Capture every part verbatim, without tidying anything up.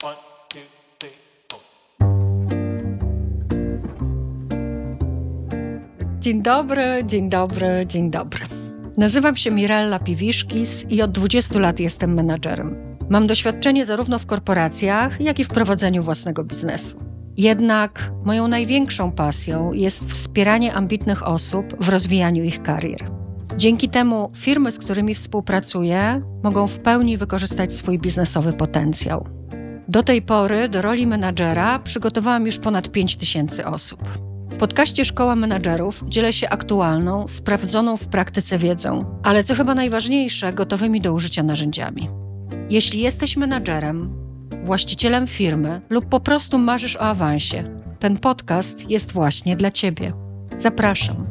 One, two, three, four. Dzień dobry, dzień dobry, dzień dobry. Nazywam się Mirella Piwiszkis i od dwudziestu lat jestem menadżerem. Mam doświadczenie zarówno w korporacjach, jak i w prowadzeniu własnego biznesu. Jednak moją największą pasją jest wspieranie ambitnych osób w rozwijaniu ich karier. Dzięki temu firmy, z którymi współpracuję, mogą w pełni wykorzystać swój biznesowy potencjał. Do tej pory do roli menadżera przygotowałam już ponad pięć tysięcy osób. W podcaście Szkoła Menadżerów dzielę się aktualną, sprawdzoną w praktyce wiedzą, ale co chyba najważniejsze, gotowymi do użycia narzędziami. Jeśli jesteś menadżerem, właścicielem firmy lub po prostu marzysz o awansie, ten podcast jest właśnie dla Ciebie. Zapraszam.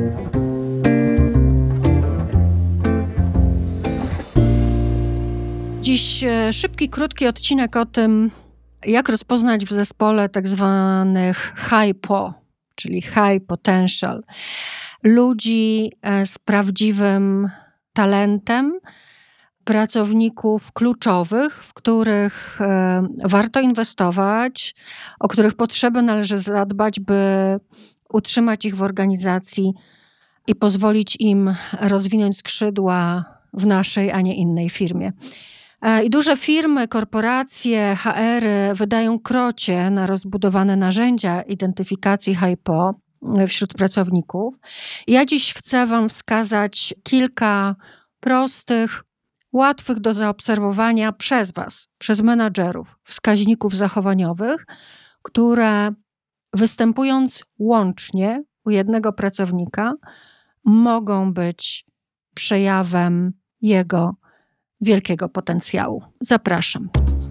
Dziś szybki, krótki odcinek o tym, jak rozpoznać w zespole tak zwanych high po, czyli high potential, ludzi z prawdziwym talentem, pracowników kluczowych, w których warto inwestować, o których potrzeby należy zadbać, by utrzymać ich w organizacji i pozwolić im rozwinąć skrzydła w naszej, a nie innej firmie. I duże firmy, korporacje, H R-y wydają krocie na rozbudowane narzędzia identyfikacji high po wśród pracowników. Ja dziś chcę Wam wskazać kilka prostych, łatwych do zaobserwowania przez Was, przez menadżerów, wskaźników zachowaniowych, które występując łącznie u jednego pracownika mogą być przejawem jego wielkiego potencjału. Zapraszam.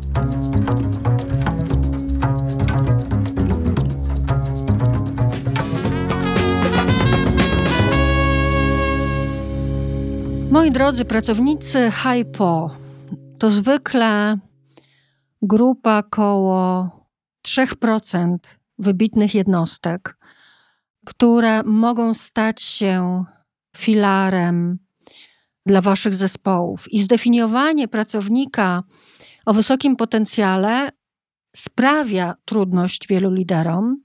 Moi drodzy, pracownicy high po to zwykle grupa koło trzy procent wybitnych jednostek, które mogą stać się filarem dla Waszych zespołów. I zdefiniowanie pracownika o wysokim potencjale sprawia trudność wielu liderom,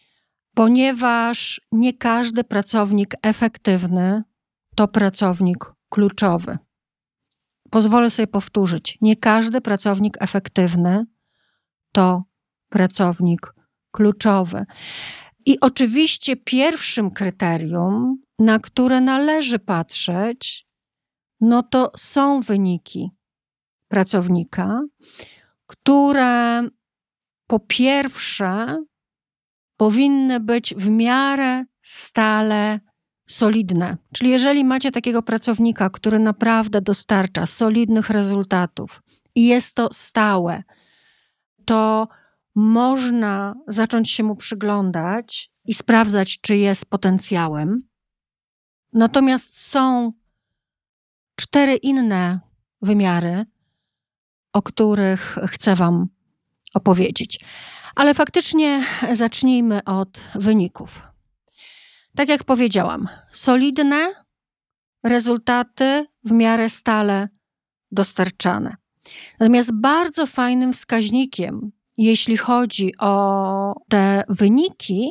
ponieważ nie każdy pracownik efektywny to pracownik kluczowy. Pozwolę sobie powtórzyć. Nie każdy pracownik efektywny to pracownik kluczowy. I oczywiście pierwszym kryterium, na które należy patrzeć, no to są wyniki pracownika, które po pierwsze powinny być w miarę stale solidne. Czyli jeżeli macie takiego pracownika, który naprawdę dostarcza solidnych rezultatów i jest to stałe, to można zacząć się mu przyglądać i sprawdzać, czy jest potencjałem. Natomiast są cztery inne wymiary, o których chcę Wam opowiedzieć. Ale faktycznie zacznijmy od wyników. Tak jak powiedziałam, solidne rezultaty w miarę stale dostarczane. Natomiast bardzo fajnym wskaźnikiem, jeśli chodzi o te wyniki,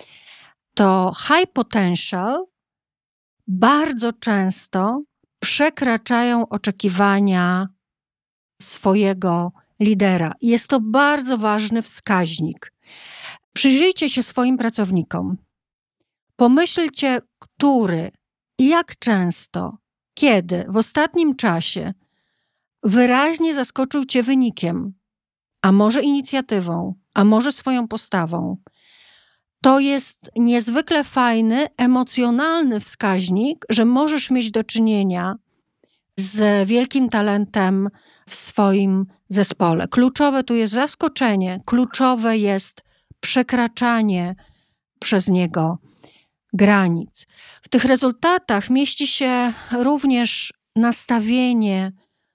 to high potential bardzo często przekraczają oczekiwania swojego lidera. Jest to bardzo ważny wskaźnik. Przyjrzyjcie się swoim pracownikom. Pomyślcie, który i jak często, kiedy w ostatnim czasie wyraźnie zaskoczył Cię wynikiem, a może inicjatywą, a może swoją postawą. To jest niezwykle fajny, emocjonalny wskaźnik, że możesz mieć do czynienia z wielkim talentem w swoim zespole. Kluczowe tu jest zaskoczenie, kluczowe jest przekraczanie przez niego granic. W tych rezultatach mieści się również nastawienie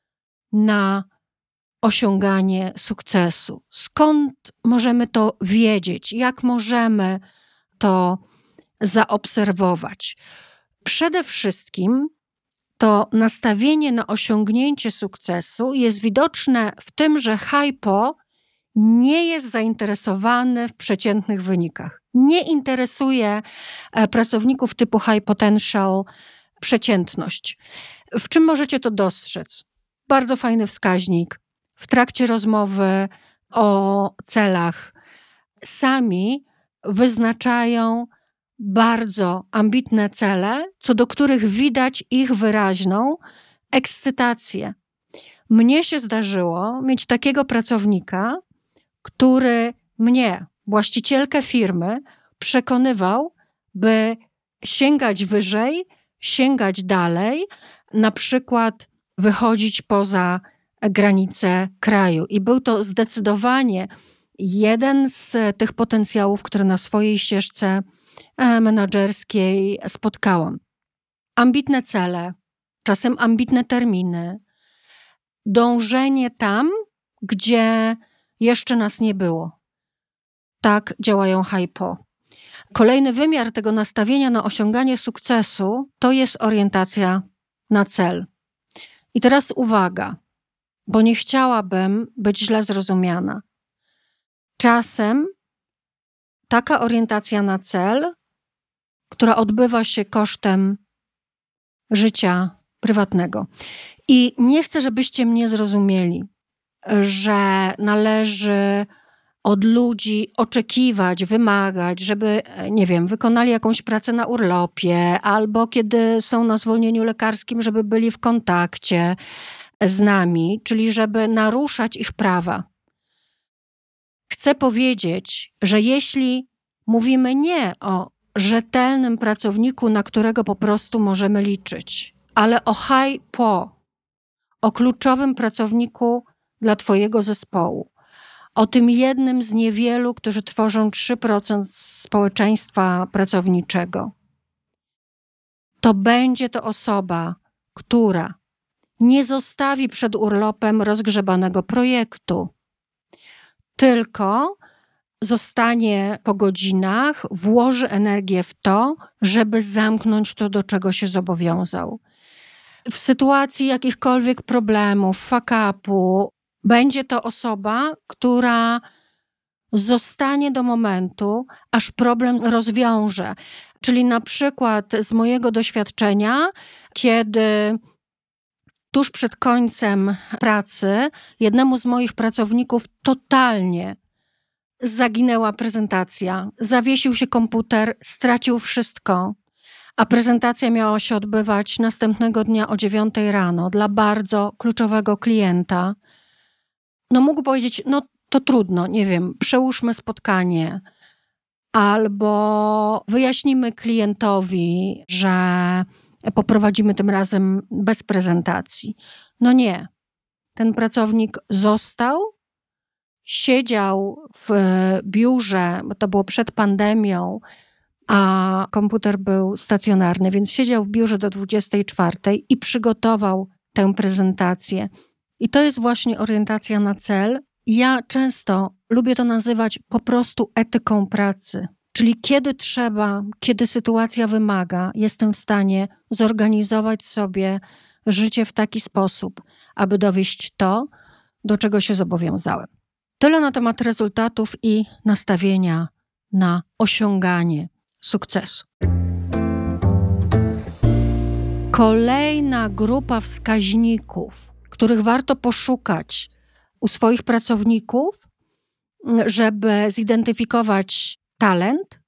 na osiąganie sukcesu. Skąd możemy to wiedzieć? Jak możemy to zaobserwować? Przede wszystkim to nastawienie na osiągnięcie sukcesu jest widoczne w tym, że high po nie jest zainteresowany w przeciętnych wynikach. Nie interesuje pracowników typu high potential przeciętność. W czym możecie to dostrzec? Bardzo fajny wskaźnik. W trakcie rozmowy o celach sami wyznaczają bardzo ambitne cele, co do których widać ich wyraźną ekscytację. Mnie się zdarzyło mieć takiego pracownika, który mnie, właścicielkę firmy, przekonywał, by sięgać wyżej, sięgać dalej, na przykład wychodzić poza granice kraju. I był to zdecydowanie jeden z tych potencjałów, które na swojej ścieżce menedżerskiej spotkałam. Ambitne cele, czasem ambitne terminy, dążenie tam, gdzie jeszcze nas nie było. Tak działają high-po. Kolejny wymiar tego nastawienia na osiąganie sukcesu to jest orientacja na cel. I teraz uwaga, bo nie chciałabym być źle zrozumiana. Czasem taka orientacja na cel, która odbywa się kosztem życia prywatnego. I nie chcę, żebyście mnie zrozumieli, że należy od ludzi oczekiwać, wymagać, żeby, nie wiem, wykonali jakąś pracę na urlopie, albo kiedy są na zwolnieniu lekarskim, żeby byli w kontakcie z nami, czyli żeby naruszać ich prawa. Chcę powiedzieć, że jeśli mówimy nie o rzetelnym pracowniku, na którego po prostu możemy liczyć, ale o high-po, o kluczowym pracowniku dla twojego zespołu, o tym jednym z niewielu, którzy tworzą trzy procent społeczeństwa pracowniczego, to będzie to osoba, która nie zostawi przed urlopem rozgrzebanego projektu, tylko zostanie po godzinach, włoży energię w to, żeby zamknąć to, do czego się zobowiązał. W sytuacji jakichkolwiek problemów, fuck-upu, będzie to osoba, która zostanie do momentu, aż problem rozwiąże. Czyli na przykład z mojego doświadczenia, kiedy tuż przed końcem pracy jednemu z moich pracowników totalnie zaginęła prezentacja, zawiesił się komputer, stracił wszystko, a prezentacja miała się odbywać następnego dnia o dziewiątej rano dla bardzo kluczowego klienta. No mógł powiedzieć, no to trudno, nie wiem, przełóżmy spotkanie albo wyjaśnimy klientowi, że poprowadzimy tym razem bez prezentacji. No nie. Ten pracownik został, siedział w biurze, bo to było przed pandemią, a komputer był stacjonarny, więc siedział w biurze do dwudziestej czwartej i przygotował tę prezentację. I to jest właśnie orientacja na cel. Ja często lubię to nazywać po prostu etyką pracy. Czyli kiedy trzeba, kiedy sytuacja wymaga, jestem w stanie zorganizować sobie życie w taki sposób, aby dowieść to, do czego się zobowiązałem. Tyle na temat rezultatów i nastawienia na osiąganie sukcesu. Kolejna grupa wskaźników, których warto poszukać u swoich pracowników, żeby zidentyfikować talent,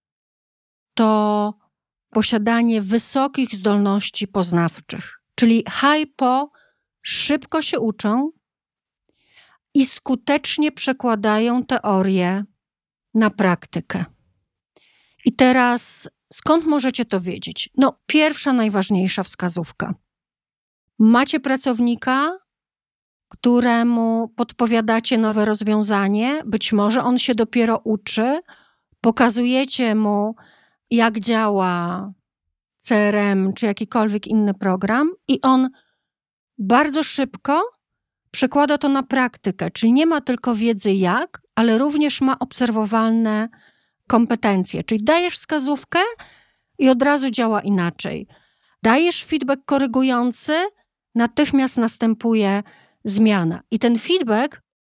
to posiadanie wysokich zdolności poznawczych. Czyli high-po szybko się uczą i skutecznie przekładają teorię na praktykę. I teraz skąd możecie to wiedzieć? No, pierwsza, najważniejsza wskazówka. Macie pracownika, któremu podpowiadacie nowe rozwiązanie, być może on się dopiero uczy, pokazujecie mu, jak działa C R M czy jakikolwiek inny program i on bardzo szybko przekłada to na praktykę, czyli nie ma tylko wiedzy jak, ale również ma obserwowalne kompetencje, czyli dajesz wskazówkę i od razu działa inaczej. Dajesz feedback korygujący, natychmiast następuje zmiana. I ten feedback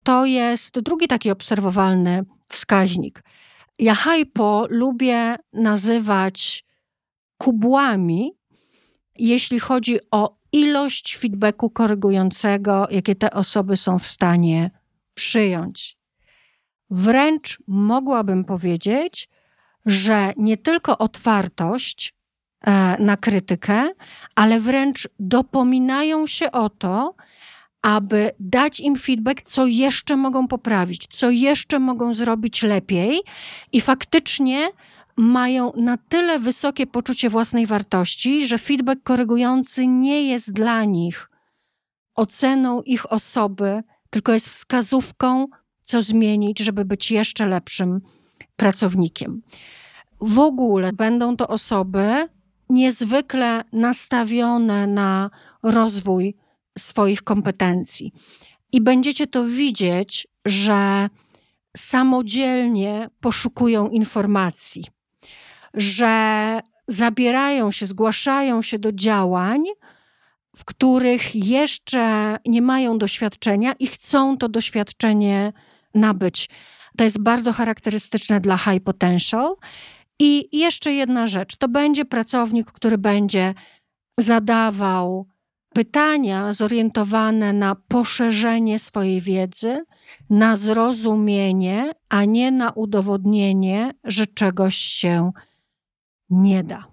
To jest drugi taki obserwowalny wskaźnik. Ja hypo lubię nazywać kubłami, jeśli chodzi o ilość feedbacku korygującego, jakie te osoby są w stanie przyjąć. Wręcz mogłabym powiedzieć, że nie tylko otwartość e, na krytykę, ale wręcz dopominają się o to, aby dać im feedback, co jeszcze mogą poprawić, co jeszcze mogą zrobić lepiej i faktycznie mają na tyle wysokie poczucie własnej wartości, że feedback korygujący nie jest dla nich oceną ich osoby, tylko jest wskazówką, co zmienić, żeby być jeszcze lepszym pracownikiem. W ogóle będą to osoby niezwykle nastawione na rozwój swoich kompetencji. I będziecie to widzieć, że samodzielnie poszukują informacji, że zabierają się, zgłaszają się do działań, w których jeszcze nie mają doświadczenia i chcą to doświadczenie nabyć. To jest bardzo charakterystyczne dla high potential. I jeszcze jedna rzecz, to będzie pracownik, który będzie zadawał pytania zorientowane na poszerzenie swojej wiedzy, na zrozumienie, a nie na udowodnienie, że czegoś się nie da.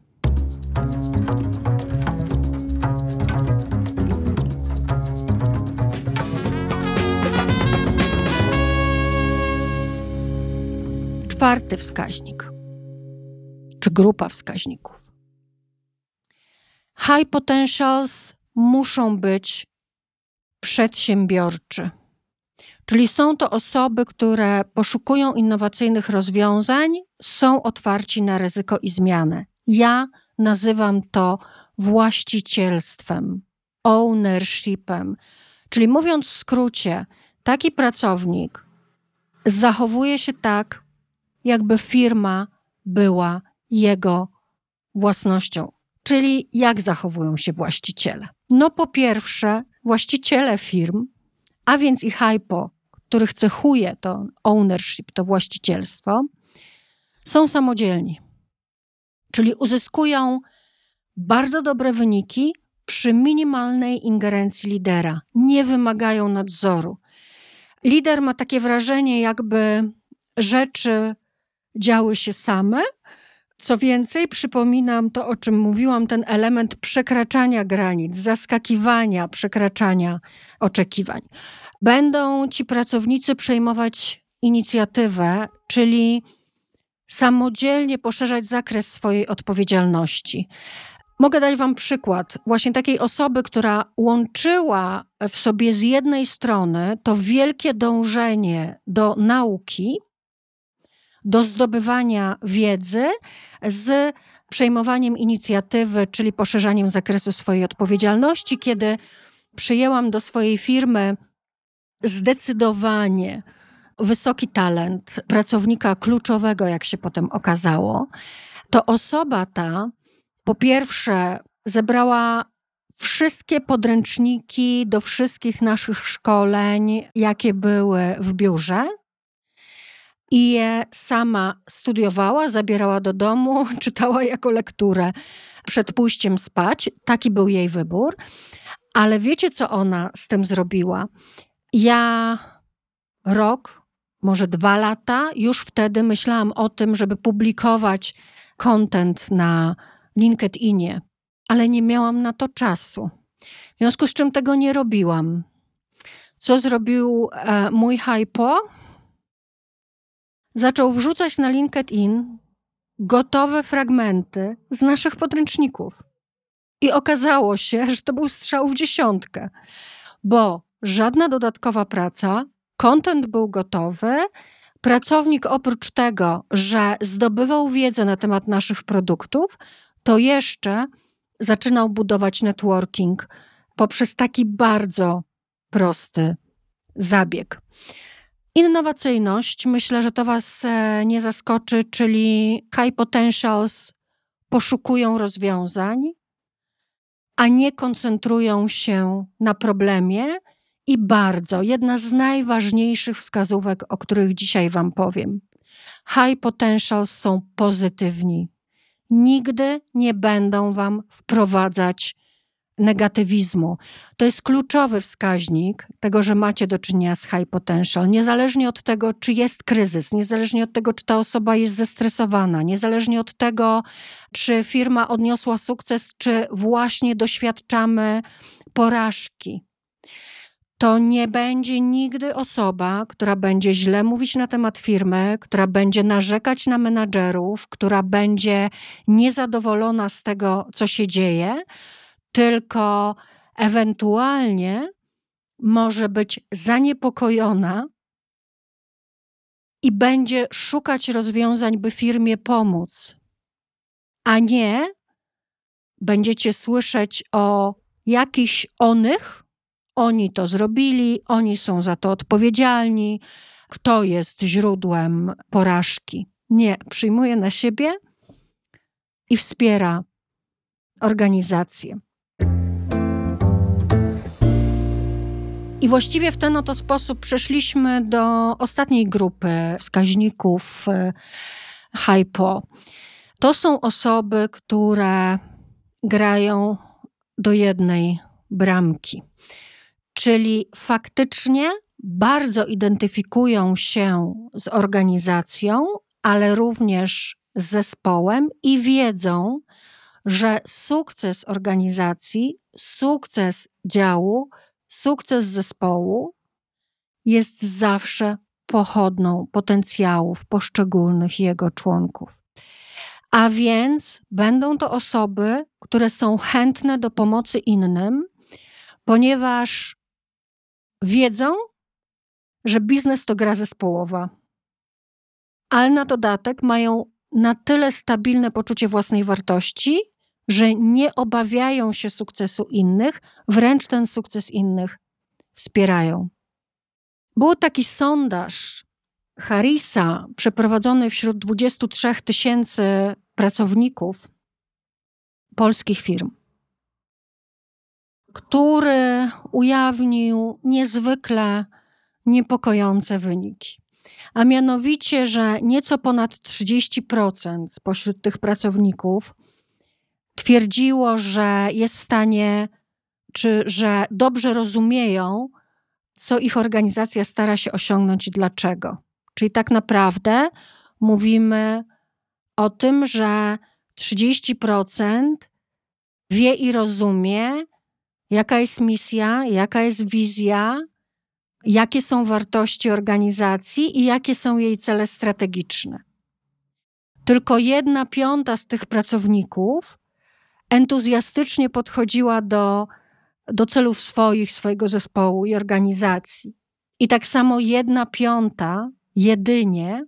Czwarty wskaźnik, czy grupa wskaźników. High potentials muszą być przedsiębiorczy. Czyli są to osoby, które poszukują innowacyjnych rozwiązań, są otwarci na ryzyko i zmianę. Ja nazywam to właścicielstwem, ownershipem. Czyli mówiąc w skrócie, taki pracownik zachowuje się tak, jakby firma była jego własnością. Czyli jak zachowują się właściciele? No po pierwsze, właściciele firm, a więc i hypo, których cechuje to ownership, to właścicielstwo, są samodzielni. Czyli uzyskują bardzo dobre wyniki przy minimalnej ingerencji lidera. Nie wymagają nadzoru. Lider ma takie wrażenie, jakby rzeczy działy się same. Co więcej, przypominam to, o czym mówiłam, ten element przekraczania granic, zaskakiwania, przekraczania oczekiwań. Będą ci pracownicy przejmować inicjatywę, czyli samodzielnie poszerzać zakres swojej odpowiedzialności. Mogę dać wam przykład właśnie takiej osoby, która łączyła w sobie z jednej strony to wielkie dążenie do nauki, do zdobywania wiedzy z przejmowaniem inicjatywy, czyli poszerzaniem zakresu swojej odpowiedzialności. Kiedy przyjęłam do swojej firmy zdecydowanie wysoki talent pracownika kluczowego, jak się potem okazało, to osoba ta po pierwsze zebrała wszystkie podręczniki do wszystkich naszych szkoleń, jakie były w biurze, i je sama studiowała, zabierała do domu, czytała jako lekturę przed pójściem spać. Taki był jej wybór. Ale wiecie, co ona z tym zrobiła? Ja rok, może dwa lata, już wtedy myślałam o tym, żeby publikować content na LinkedInie, ale nie miałam na to czasu. W związku z czym tego nie robiłam. Co zrobił e, mój hypo? Zaczął wrzucać na LinkedIn gotowe fragmenty z naszych podręczników. I okazało się, że to był strzał w dziesiątkę, bo żadna dodatkowa praca, content był gotowy, pracownik oprócz tego, że zdobywał wiedzę na temat naszych produktów, to jeszcze zaczynał budować networking poprzez taki bardzo prosty zabieg. Innowacyjność, myślę, że to was nie zaskoczy, czyli high potentials poszukują rozwiązań, a nie koncentrują się na problemie I bardzo, jedna z najważniejszych wskazówek, o których dzisiaj wam powiem. High potentials są pozytywni. Nigdy nie będą wam wprowadzać negatywizmu. To jest kluczowy wskaźnik tego, że macie do czynienia z high potential. Niezależnie od tego, czy jest kryzys, niezależnie od tego, czy ta osoba jest zestresowana, niezależnie od tego, czy firma odniosła sukces, czy właśnie doświadczamy porażki. To nie będzie nigdy osoba, która będzie źle mówić na temat firmy, która będzie narzekać na menadżerów, która będzie niezadowolona z tego, co się dzieje, tylko ewentualnie może być zaniepokojona i będzie szukać rozwiązań, by firmie pomóc, a nie będziecie słyszeć o jakichś onych, oni to zrobili, oni są za to odpowiedzialni, kto jest źródłem porażki. Nie, przyjmuje na siebie i wspiera organizację. I właściwie w ten oto sposób przeszliśmy do ostatniej grupy wskaźników H I P O. To są osoby, które grają do jednej bramki. Czyli faktycznie bardzo identyfikują się z organizacją, ale również z zespołem i wiedzą, że sukces organizacji, sukces działu, sukces zespołu jest zawsze pochodną potencjałów poszczególnych jego członków. A więc będą to osoby, które są chętne do pomocy innym, ponieważ wiedzą, że biznes to gra zespołowa, ale na dodatek mają na tyle stabilne poczucie własnej wartości, że nie obawiają się sukcesu innych, wręcz ten sukces innych wspierają. Był taki sondaż Harrisa przeprowadzony wśród dwudziestu trzech tysięcy pracowników polskich firm, który ujawnił niezwykle niepokojące wyniki. A mianowicie, że nieco ponad trzydzieści procent spośród tych pracowników twierdziło, że jest w stanie, czy że dobrze rozumieją, co ich organizacja stara się osiągnąć i dlaczego. Czyli tak naprawdę mówimy o tym, że trzydzieści procent wie i rozumie, jaka jest misja, jaka jest wizja, jakie są wartości organizacji i jakie są jej cele strategiczne. Tylko jedna piąta z tych pracowników entuzjastycznie podchodziła do, do celów swoich, swojego zespołu i organizacji. I tak samo jedna piąta jedynie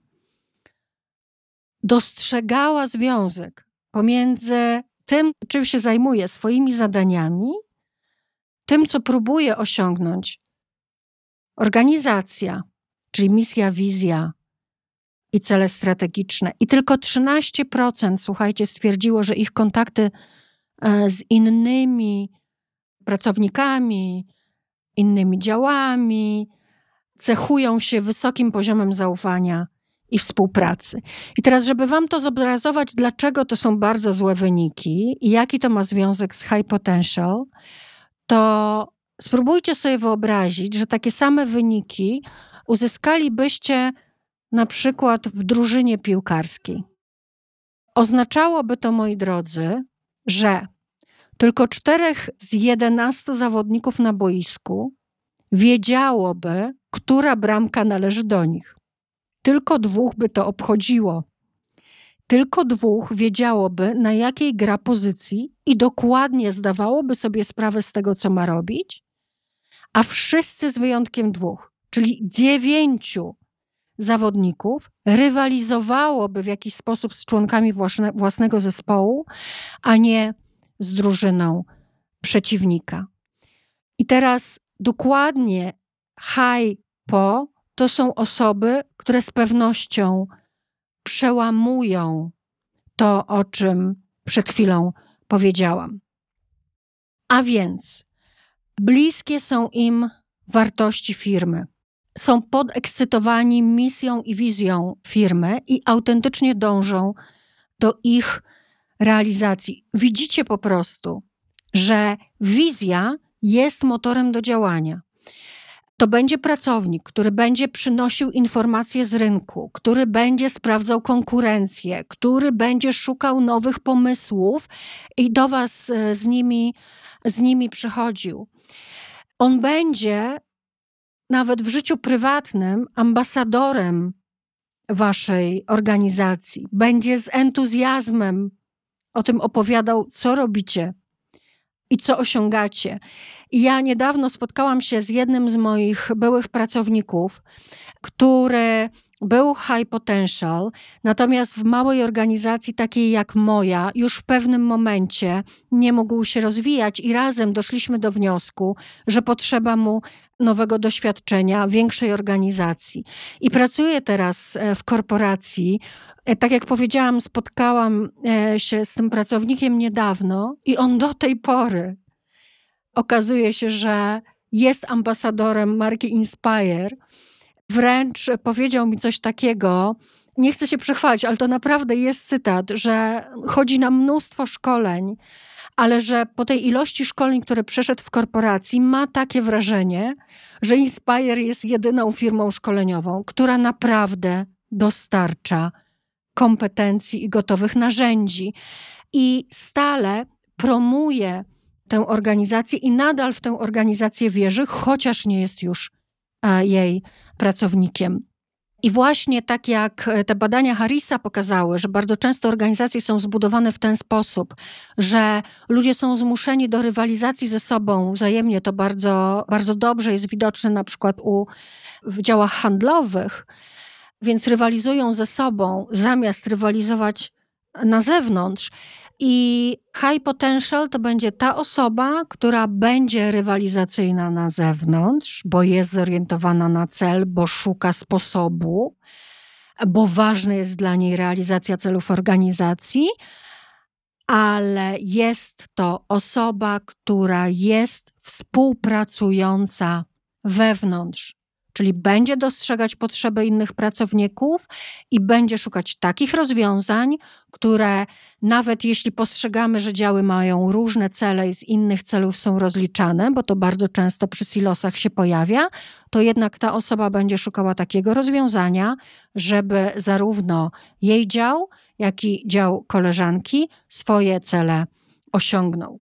dostrzegała związek pomiędzy tym, czym się zajmuje, swoimi zadaniami, tym, co próbuje osiągnąć organizacja, czyli misja, wizja i cele strategiczne. I tylko trzynaście procent, słuchajcie, stwierdziło, że ich kontakty z innymi pracownikami, innymi działami cechują się wysokim poziomem zaufania i współpracy. I teraz, żeby wam to zobrazować, dlaczego to są bardzo złe wyniki i jaki to ma związek z high potential, to spróbujcie sobie wyobrazić, że takie same wyniki uzyskalibyście na przykład w drużynie piłkarskiej. Oznaczałoby to, moi drodzy, że tylko czterech z jedenastu zawodników na boisku wiedziałoby, która bramka należy do nich. Tylko dwóch by to obchodziło. Tylko dwóch wiedziałoby, na jakiej gra pozycji i dokładnie zdawałoby sobie sprawę z tego, co ma robić, a wszyscy z wyjątkiem dwóch, czyli dziewięciu zawodników, rywalizowałoby w jakiś sposób z członkami własne, własnego zespołu, a nie z drużyną przeciwnika. I teraz dokładnie high P O to są osoby, które z pewnością przełamują to, o czym przed chwilą powiedziałam. A więc bliskie są im wartości firmy. Są podekscytowani misją i wizją firmy i autentycznie dążą do ich realizacji. Widzicie po prostu, że wizja jest motorem do działania. To będzie pracownik, który będzie przynosił informacje z rynku, który będzie sprawdzał konkurencję, który będzie szukał nowych pomysłów i do was z nimi, z nimi przychodził. On będzie nawet w życiu prywatnym ambasadorem waszej organizacji. Będzie z entuzjazmem o tym opowiadał, co robicie i co osiągacie. I ja niedawno spotkałam się z jednym z moich byłych pracowników, który był high potential, natomiast w małej organizacji takiej jak moja już w pewnym momencie nie mógł się rozwijać i razem doszliśmy do wniosku, że potrzeba mu nowego doświadczenia, większej organizacji. I pracuję teraz w korporacji. Tak jak powiedziałam, spotkałam się z tym pracownikiem niedawno i on do tej pory okazuje się, że jest ambasadorem marki Inspire. Wręcz powiedział mi coś takiego, nie chcę się przechwalić, ale to naprawdę jest cytat, że chodzi na mnóstwo szkoleń, ale że po tej ilości szkoleń, które przeszedł w korporacji, ma takie wrażenie, że Inspire jest jedyną firmą szkoleniową, która naprawdę dostarcza kompetencji i gotowych narzędzi. I stale promuje tę organizację i nadal w tę organizację wierzy, chociaż nie jest już jej pracownikiem. I właśnie tak jak te badania Harrisa pokazały, że bardzo często organizacje są zbudowane w ten sposób, że ludzie są zmuszeni do rywalizacji ze sobą wzajemnie, to bardzo, bardzo dobrze jest widoczne na przykład u, w działach handlowych, więc rywalizują ze sobą zamiast rywalizować na zewnątrz. I high potential to będzie ta osoba, która będzie rywalizacyjna na zewnątrz, bo jest zorientowana na cel, bo szuka sposobu, bo ważna jest dla niej realizacja celów organizacji, ale jest to osoba, która jest współpracująca wewnątrz. Czyli będzie dostrzegać potrzeby innych pracowników i będzie szukać takich rozwiązań, które nawet jeśli postrzegamy, że działy mają różne cele i z innych celów są rozliczane, bo to bardzo często przy silosach się pojawia, to jednak ta osoba będzie szukała takiego rozwiązania, żeby zarówno jej dział, jak i dział koleżanki swoje cele osiągnął.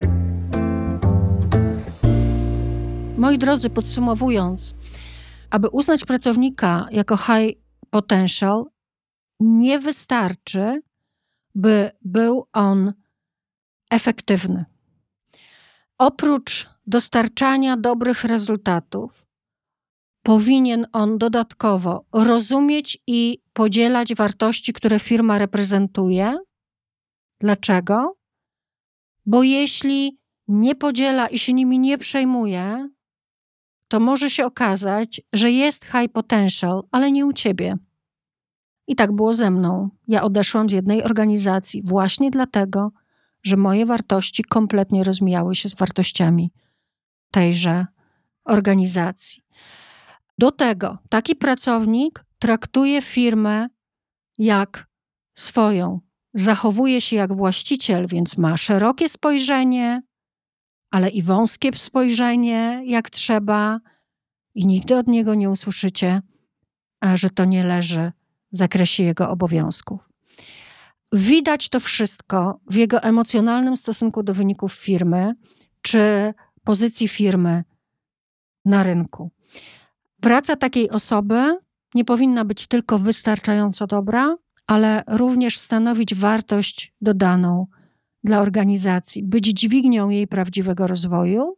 Moi drodzy, podsumowując, aby uznać pracownika jako high potential, nie wystarczy, by był on efektywny. Oprócz dostarczania dobrych rezultatów, powinien on dodatkowo rozumieć i podzielać wartości, które firma reprezentuje. Dlaczego? Bo jeśli nie podziela i się nimi nie przejmuje, to może się okazać, że jest high potential, ale nie u ciebie. I tak było ze mną. Ja odeszłam z jednej organizacji właśnie dlatego, że moje wartości kompletnie rozmijały się z wartościami tejże organizacji. Do tego taki pracownik traktuje firmę jak swoją. Zachowuje się jak właściciel, więc ma szerokie spojrzenie, ale i wąskie spojrzenie, jak trzeba, i nigdy od niego nie usłyszycie, że to nie leży w zakresie jego obowiązków. Widać to wszystko w jego emocjonalnym stosunku do wyników firmy, czy pozycji firmy na rynku. Praca takiej osoby nie powinna być tylko wystarczająco dobra, ale również stanowić wartość dodaną dla organizacji, być dźwignią jej prawdziwego rozwoju.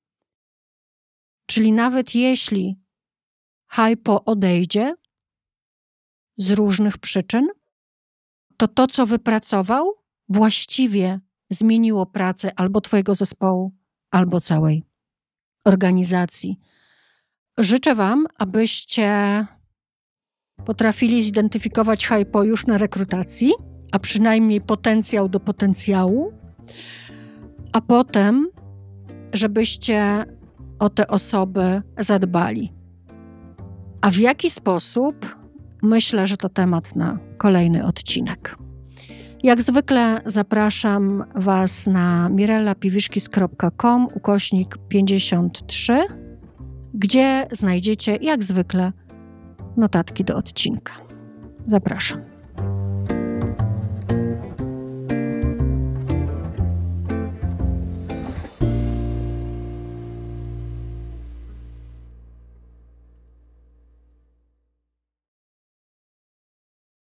Czyli nawet jeśli hypo odejdzie z różnych przyczyn, to to, co wypracował, właściwie zmieniło pracę albo twojego zespołu, albo całej organizacji. Życzę wam, abyście potrafili zidentyfikować hypo już na rekrutacji, a przynajmniej potencjał do potencjału, a potem, żebyście o te osoby zadbali. A w jaki sposób? Myślę, że to temat na kolejny odcinek. Jak zwykle zapraszam Was na mirellapiwiszkis kropka com ukośnik pięćdziesiąt trzy, gdzie znajdziecie jak zwykle notatki do odcinka. Zapraszam.